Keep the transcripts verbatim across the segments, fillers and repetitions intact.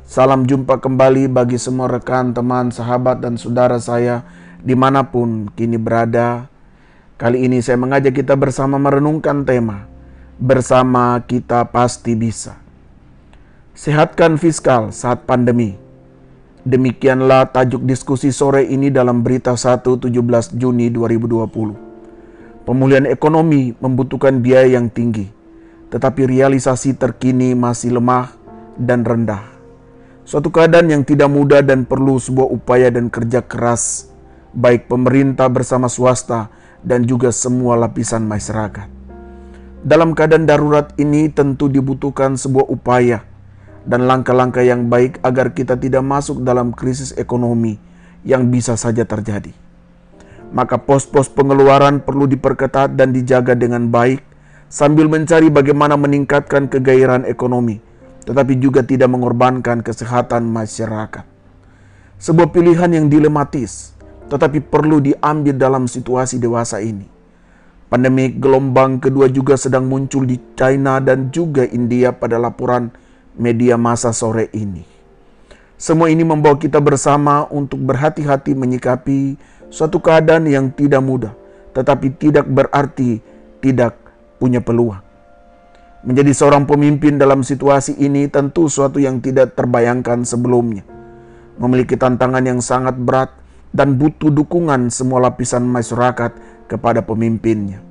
Salam jumpa kembali bagi semua rekan, teman, sahabat, dan saudara saya dimanapun kini berada. Kali ini saya mengajak kita bersama merenungkan tema Bersama Kita Pasti Bisa. Sehatkan fiskal saat pandemi. Demikianlah tajuk diskusi sore ini dalam Berita satu tujuh belas Juni dua ribu dua puluh. Pemulihan ekonomi membutuhkan biaya yang tinggi, tetapi realisasi terkini masih lemah dan rendah. Suatu keadaan yang tidak mudah dan perlu sebuah upaya dan kerja keras, baik pemerintah bersama swasta dan juga semua lapisan masyarakat. Dalam keadaan darurat ini tentu dibutuhkan sebuah upaya dan langkah-langkah yang baik agar kita tidak masuk dalam krisis ekonomi yang bisa saja terjadi. Maka pos-pos pengeluaran perlu diperketat dan dijaga dengan baik sambil mencari bagaimana meningkatkan kegairahan ekonomi, tetapi juga tidak mengorbankan kesehatan masyarakat. Sebuah pilihan yang dilematis, tetapi perlu diambil dalam situasi dewasa ini. Pandemi gelombang kedua juga sedang muncul di China dan juga India pada laporan media massa sore ini. Semua ini membawa kita bersama untuk berhati-hati menyikapi suatu keadaan yang tidak mudah, tetapi tidak berarti tidak punya peluang. Menjadi seorang pemimpin dalam situasi ini tentu suatu yang tidak terbayangkan sebelumnya. Memiliki tantangan yang sangat berat dan butuh dukungan semua lapisan masyarakat kepada pemimpinnya.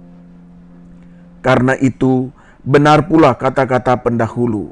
Karena itu, benar pula kata-kata pendahulu.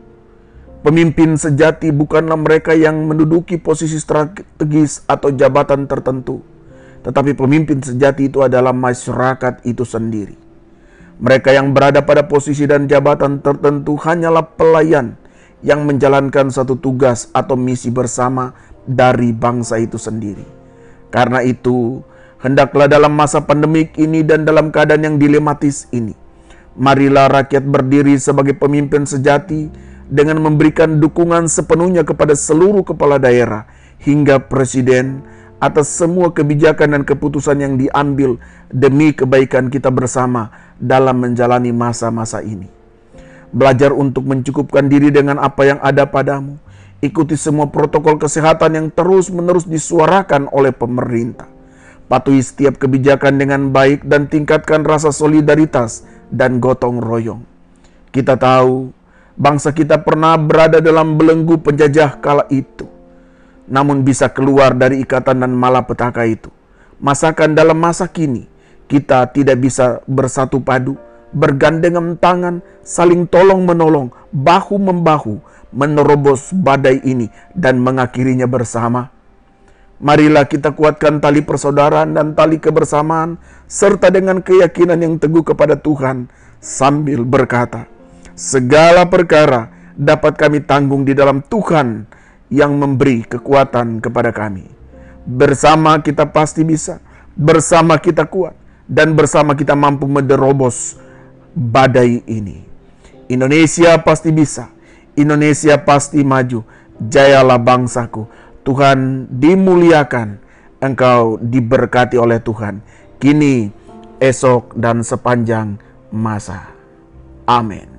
Pemimpin sejati bukanlah mereka yang menduduki posisi strategis atau jabatan tertentu, tetapi pemimpin sejati itu adalah masyarakat itu sendiri. Mereka yang berada pada posisi dan jabatan tertentu hanyalah pelayan yang menjalankan satu tugas atau misi bersama dari bangsa itu sendiri. Karena itu, hendaklah dalam masa pandemik ini dan dalam keadaan yang dilematis ini, marilah rakyat berdiri sebagai pemimpin sejati dengan memberikan dukungan sepenuhnya kepada seluruh kepala daerah hingga presiden atas semua kebijakan dan keputusan yang diambil demi kebaikan kita bersama dalam menjalani masa-masa ini. Belajar untuk mencukupkan diri dengan apa yang ada padamu. Ikuti semua protokol kesehatan yang terus-menerus disuarakan oleh pemerintah. Patuhi setiap kebijakan dengan baik dan tingkatkan rasa solidaritas dan gotong royong. Kita tahu bangsa kita pernah berada dalam belenggu penjajah kala itu, namun bisa keluar dari ikatan dan malapetaka itu. Masakan dalam masa kini, kita tidak bisa bersatu padu, bergandengan tangan, saling tolong-menolong, bahu-membahu, menerobos badai ini dan mengakhirinya bersama. Marilah kita kuatkan tali persaudaraan dan tali kebersamaan, serta dengan keyakinan yang teguh kepada Tuhan, sambil berkata, segala perkara dapat kami tanggung di dalam Tuhan yang memberi kekuatan kepada kami. Bersama kita pasti bisa, bersama kita kuat, dan bersama kita mampu menerobos badai ini. Indonesia pasti bisa, Indonesia pasti maju. Jayalah bangsaku. Tuhan dimuliakan, engkau diberkati oleh Tuhan, kini, esok, dan sepanjang masa. Amin.